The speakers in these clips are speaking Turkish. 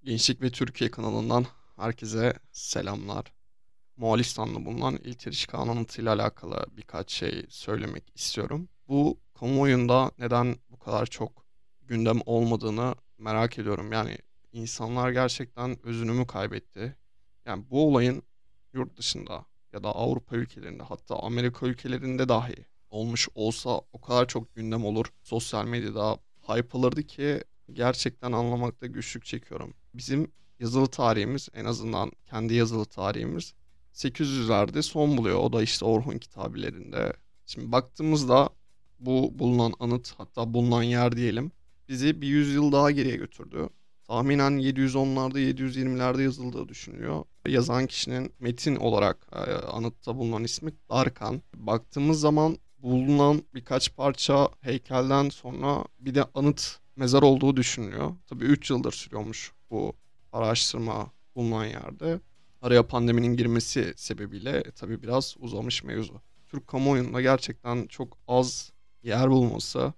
Gençlik ve Türkiye kanalından herkese selamlar. Moğolistan'da bulunan İlteriş Kağan anıtıyla alakalı birkaç şey söylemek istiyorum. Bu kamuoyunda neden bu kadar çok gündem olmadığını merak ediyorum. Yani insanlar gerçekten özünü mü kaybetti? Yani bu olayın yurt dışında ya da Avrupa ülkelerinde, hatta Amerika ülkelerinde dahi olmuş olsa o kadar çok gündem olur. Sosyal medyada hype alırdı ki gerçekten anlamakta güçlük çekiyorum. Bizim yazılı tarihimiz, en azından kendi yazılı tarihimiz 800'lerde son buluyor. O da işte Orhun kitabelerinde. Şimdi baktığımızda bu bulunan anıt, hatta bulunan yer diyelim, bizi bir yüzyıl daha geriye götürdü. Tahminen 710'larda 720'lerde yazıldığı düşünülüyor. Yazan kişinin metin olarak anıtta bulunan ismi Darkan. Baktığımız zaman bulunan birkaç parça heykelden sonra bir de anıt mezar olduğu düşünülüyor. Tabii 3 yıldır sürüyormuş bu araştırma bulunan yerde. Araya pandeminin girmesi sebebiyle tabii biraz uzamış mevzu. Türk kamuoyunda gerçekten çok az yer bulması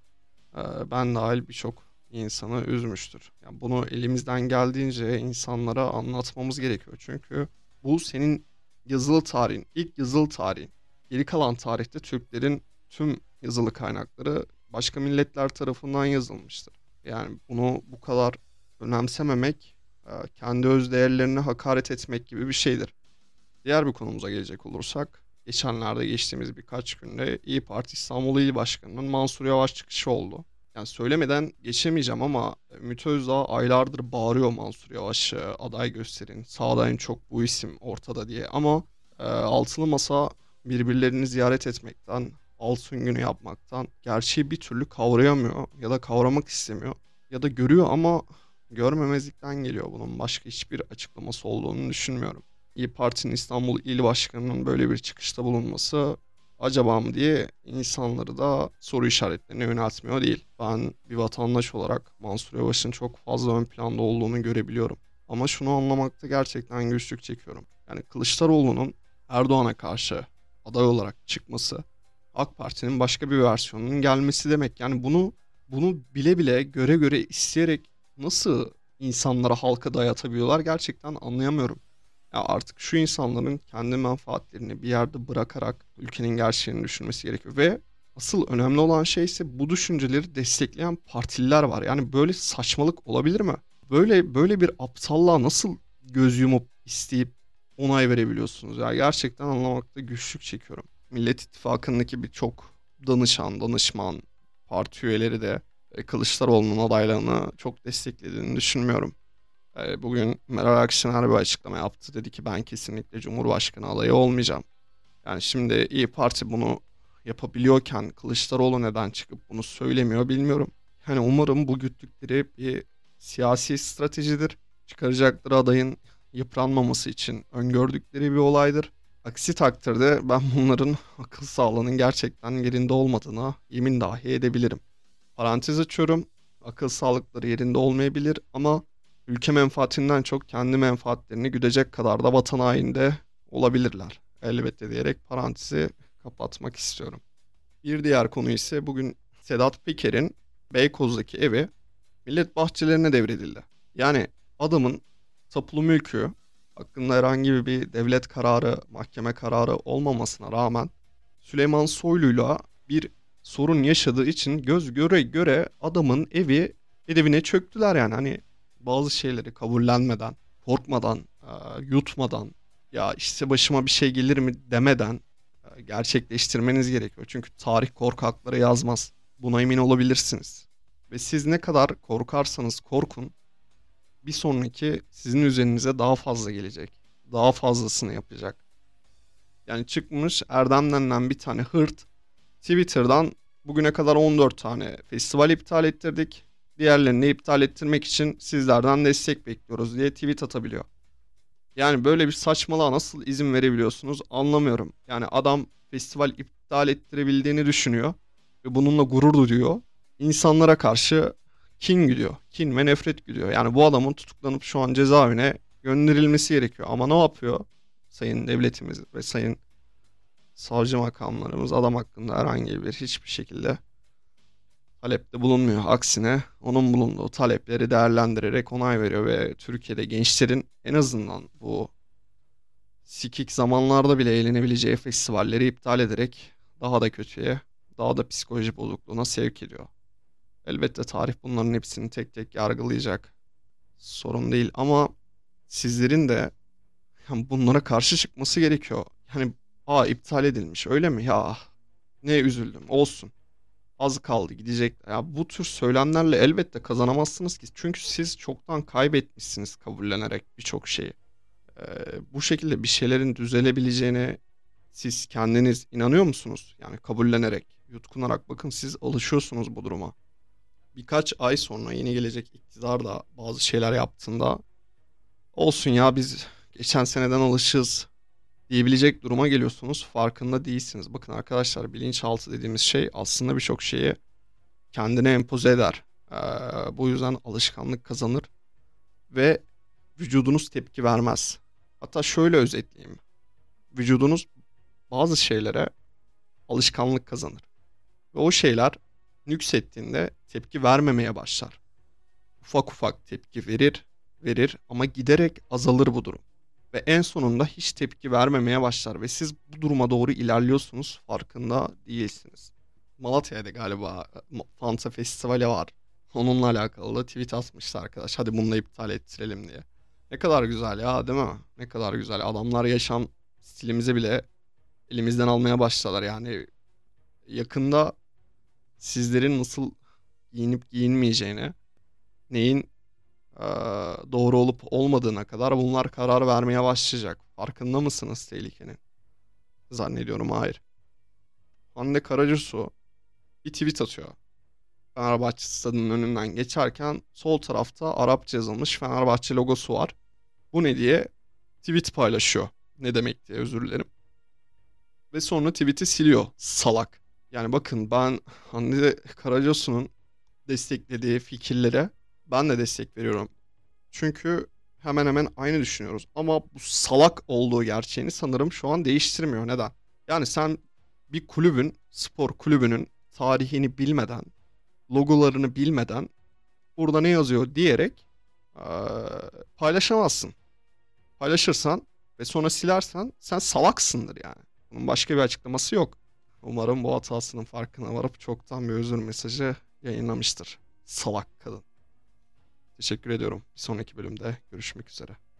ben dahil birçok insanı üzmüştür. Yani bunu elimizden geldiğince insanlara anlatmamız gerekiyor. Çünkü bu senin yazılı tarihin, ilk yazılı tarihin. Geri kalan tarihte Türklerin tüm yazılı kaynakları başka milletler tarafından yazılmıştır. Yani bunu bu kadar önemsememek, kendi öz değerlerine hakaret etmek gibi bir şeydir. Diğer bir konumuza gelecek olursak, geçenlerde geçtiğimiz birkaç günde İyi Parti İstanbul İl Başkanı'nın Mansur Yavaş çıkışı oldu. Yani söylemeden geçemeyeceğim ama Ümit Özdağ aylardır bağırıyor Mansur Yavaş'ı aday gösterin. Sağda en çok bu isim ortada diye. Ama altılı masa birbirlerini ziyaret etmekten, altın günü yapmaktan gerçeği bir türlü kavrayamıyor ya da kavramak istemiyor. Ya da görüyor ama görmemezlikten geliyor. Bunun başka hiçbir açıklaması olduğunu düşünmüyorum. İyi Parti'nin İstanbul İl Başkanı'nın böyle bir çıkışta bulunması acaba mı diye insanları da soru işaretlerine yöneltmiyor değil. Ben bir vatandaş olarak Mansur Yavaş'ın çok fazla ön planda olduğunu görebiliyorum. Ama şunu anlamakta gerçekten güçlük çekiyorum. Yani Kılıçdaroğlu'nun Erdoğan'a karşı aday olarak çıkması, AK Parti'nin başka bir versiyonunun gelmesi demek. Yani bunu bile bile göre göre isteyerek nasıl insanlara halka dayatabiliyorlar gerçekten anlayamıyorum. Ya artık şu insanların kendi menfaatlerini bir yerde bırakarak ülkenin gerçeğini düşünmesi gerekiyor. Ve asıl önemli olan şey ise bu düşünceleri destekleyen partililer var. Yani böyle saçmalık olabilir mi? Böyle bir aptallığa nasıl göz yumup isteyip onay verebiliyorsunuz? Ya gerçekten anlamakta güçlük çekiyorum. Millet İttifakı'ndaki birçok danışman, parti üyeleri de Kılıçdaroğlu'nun adaylığını çok desteklediğini düşünmüyorum. Bugün Meral Akşener bir açıklama yaptı. Dedi ki ben kesinlikle Cumhurbaşkanı adayı olmayacağım. Yani şimdi İyi Parti bunu yapabiliyorken Kılıçdaroğlu neden çıkıp bunu söylemiyor bilmiyorum. Yani umarım bu güttükleri bir siyasi stratejidir. Çıkaracakları adayın yıpranmaması için öngördükleri bir olaydır. Aksi takdirde ben bunların akıl sağlığının gerçekten yerinde olmadığına yemin dahi edebilirim. Parantez açıyorum. Akıl sağlıkları yerinde olmayabilir ama ülke menfaatinden çok kendi menfaatlerini güdecek kadar da vatan haini olabilirler. Elbette diyerek parantezi kapatmak istiyorum. Bir diğer konu ise bugün Sedat Peker'in Beykoz'daki evi millet bahçelerine devredildi. Yani adamın tapulu mülkü hakkında herhangi bir devlet kararı, mahkeme kararı olmamasına rağmen Süleyman Soylu'yla bir sorun yaşadığı için göz göre göre adamın evine çöktüler yani. Hani bazı şeyleri kabullenmeden, korkmadan, yutmadan, ya işte başıma bir şey gelir mi demeden gerçekleştirmeniz gerekiyor. Çünkü tarih korkaklara yazmaz. Buna emin olabilirsiniz. Ve siz ne kadar korkarsanız korkun, bir sonraki sizin üzerinize daha fazla gelecek. Daha fazlasını yapacak. Yani çıkmış Erdem denilen bir tane hırt Twitter'dan bugüne kadar 14 tane festival iptal ettirdik. Diğerlerini de iptal ettirmek için sizlerden destek bekliyoruz diye tweet atabiliyor. Yani böyle bir saçmalığa nasıl izin verebiliyorsunuz anlamıyorum. Yani adam festival iptal ettirebildiğini düşünüyor ve bununla gurur duyuyor. İnsanlara karşı kin güdüyor. Kin ve nefret güdüyor. Yani bu adamın tutuklanıp şu an cezaevine gönderilmesi gerekiyor. Ama ne yapıyor? Sayın devletimiz ve sayın savcı makamlarımız adam hakkında herhangi bir hiçbir şekilde talepte bulunmuyor. Aksine onun bulunduğu talepleri değerlendirerek onay veriyor ve Türkiye'de gençlerin en azından bu sikik zamanlarda bile eğlenebileceği festivalleri iptal ederek daha da kötüye, daha da psikoloji bozukluğuna sevk ediyor. Elbette tarih bunların hepsini tek tek yargılayacak. Sorun değil ama sizlerin de yani bunlara karşı çıkması gerekiyor. Yani iptal edilmiş öyle mi? Ya ne üzüldüm. Olsun. Az kaldı gidecek. Ya bu tür söylemlerle elbette kazanamazsınız ki. Çünkü siz çoktan kaybetmişsiniz kabullenerek birçok şeyi. Bu şekilde bir şeylerin düzelebileceğine siz kendiniz inanıyor musunuz? Yani kabullenerek, yutkunarak bakın siz alışıyorsunuz bu duruma. Birkaç ay sonra yeni gelecek iktidar da bazı şeyler yaptığında olsun ya biz geçen seneden alışığız diyebilecek duruma geliyorsunuz. Farkında değilsiniz. Bakın arkadaşlar bilinçaltı dediğimiz şey aslında birçok şeyi kendine empoze eder. Bu yüzden alışkanlık kazanır ve vücudunuz tepki vermez. Hatta şöyle özetleyeyim. Vücudunuz bazı şeylere alışkanlık kazanır. Ve o şeyler nüksettiğinde tepki vermemeye başlar. Ufak ufak tepki verir ama giderek azalır bu durum. Ve en sonunda hiç tepki vermemeye başlar ve siz bu duruma doğru ilerliyorsunuz, farkında değilsiniz. Malatya'da galiba Fanta Festivali var. Onunla alakalı da tweet atmıştı arkadaş. Hadi bunu da iptal ettirelim diye. Ne kadar güzel ya, değil mi? Ne kadar güzel. Adamlar yaşam stilimizi bile elimizden almaya başladılar. Yani yakında sizlerin nasıl giyinip giyinmeyeceğine, neyin eee, doğru olup olmadığına kadar bunlar karar vermeye başlayacak. Farkında mısınız tehlikenin? Zannediyorum hayır. Hande Karacasu bir tweet atıyor. Fenerbahçe stadının önünden geçerken sol tarafta Arapça yazılmış Fenerbahçe logosu var. Bu ne diye tweet paylaşıyor. Ne demek diye, özür dilerim. Ve sonra tweet'i siliyor. Salak. Yani bakın ben Hande Karacasu'nun desteklediği fikirlere ben de destek veriyorum. Çünkü hemen hemen aynı düşünüyoruz. Ama bu salak olduğu gerçeğini sanırım şu an değiştirmiyor. Neden? Yani sen bir kulübün, spor kulübünün tarihini bilmeden, logolarını bilmeden burada ne yazıyor diyerek eee, paylaşamazsın. Paylaşırsan ve sonra silersen sen salaksındır yani. Bunun başka bir açıklaması yok. Umarım bu hatasının farkına varıp çoktan bir özür mesajı yayınlamıştır. Salak kadın. Teşekkür ediyorum. Bir sonraki bölümde görüşmek üzere.